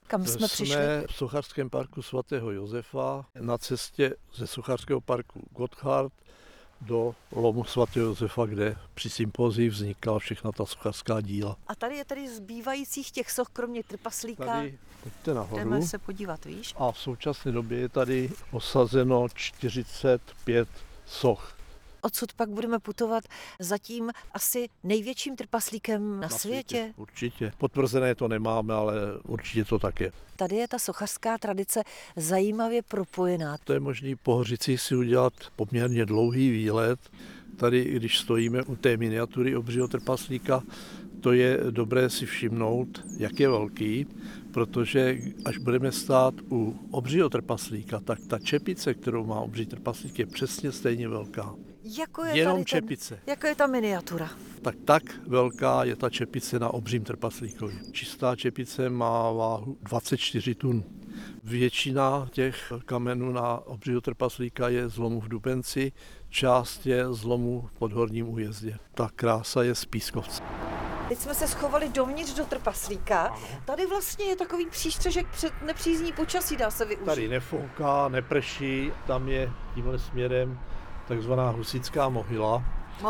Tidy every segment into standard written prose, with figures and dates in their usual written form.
Kam jsme přišli? Jsme v Sochařském parku svatého Josefa na cestě ze Sochařského parku Gotthard do lomu svatého Josefa, kde při sympozii vznikala všechna ta sochařská díla. A tady je tady zbývajících těch soch, kromě trpaslíka. Tady pojďte nahoru. Jdeme se podívat, víš? A v současné době je tady osazeno 45 soch. Odsud pak budeme putovat za tím asi největším trpaslíkem na světě. Určitě. Potvrzené to nemáme, ale určitě to tak je. Tady je ta sochařská tradice zajímavě propojená. To je možný po Hořicích si udělat poměrně dlouhý výlet. Tady, když stojíme u té miniatury obřího trpaslíka, to je dobré si všimnout, jak je velký, protože až budeme stát u obřího trpaslíka, tak ta čepice, kterou má obří trpaslík, je přesně stejně velká. Jako je Jenom tady čepice. Jako je ta miniatura. Tak velká je ta čepice na obřím trpaslíkovi. Čistá čepice má váhu 24 tun. Většina těch kamenů na obřího trpaslíka je z lomu v Dubenci, část je z lomu v Podhorním Újezdě. Ta krása je z pískovce. Teď jsme se schovali dovnitř do trpaslíka. Ano. Tady vlastně je takový přístřežek před nepřízní počasí, dá se využít. Tady nefouká, neprší, tam je tímhle směrem takzvaná husitská mohyla.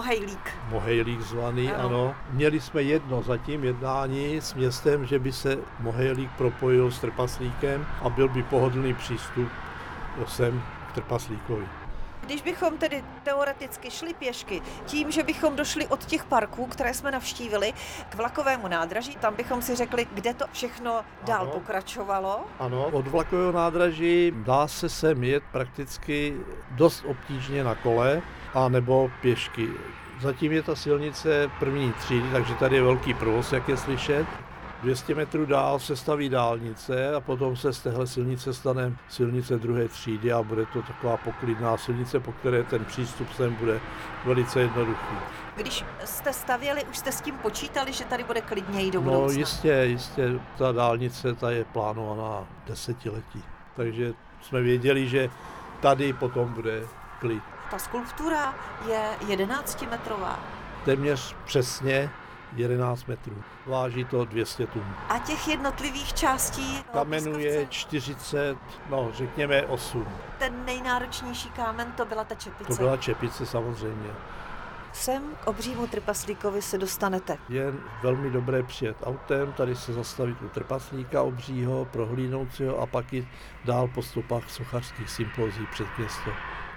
Mohejlík zvaný, ano. Měli jsme jedno zatím jednání s městem, že by se Mohejlík propojil s trpaslíkem a byl by pohodlný přístup sem k trpaslíkovi. Když bychom tedy teoreticky šli pěšky tím, že bychom došli od těch parků, které jsme navštívili, k vlakovému nádraží, tam bychom si řekli, kde to všechno dál pokračovalo. Ano, od vlakového nádraží dá se sem jet prakticky dost obtížně na kole a nebo pěšky. Zatím je ta silnice první třídy, takže tady je velký provoz, jak je slyšet. 200 metrů dál se staví dálnice a potom se z téhle silnice stane silnice druhé třídy a bude to taková poklidná silnice, po které ten přístup sem bude velice jednoduchý. Když jste stavěli, už jste s tím počítali, že tady bude klidněji do budoucna? No jistě, ta dálnice ta je plánovaná desetiletí, takže jsme věděli, že tady potom bude klid. Ta skulptura je 11metrová. Téměř přesně 11 metrů. Váží to 200 tun. A těch jednotlivých částí? Kamenů je 40, řekněme 8. Ten nejnáročnější kámen, to byla ta čepice? To byla čepice samozřejmě. Sem k obřímu trpaslíkovi se dostanete. Je velmi dobré přijet autem, tady se zastavit u trpaslíka obřího, prohlídnout si ho a pak jít dál po stopách sochařských sympozí před město.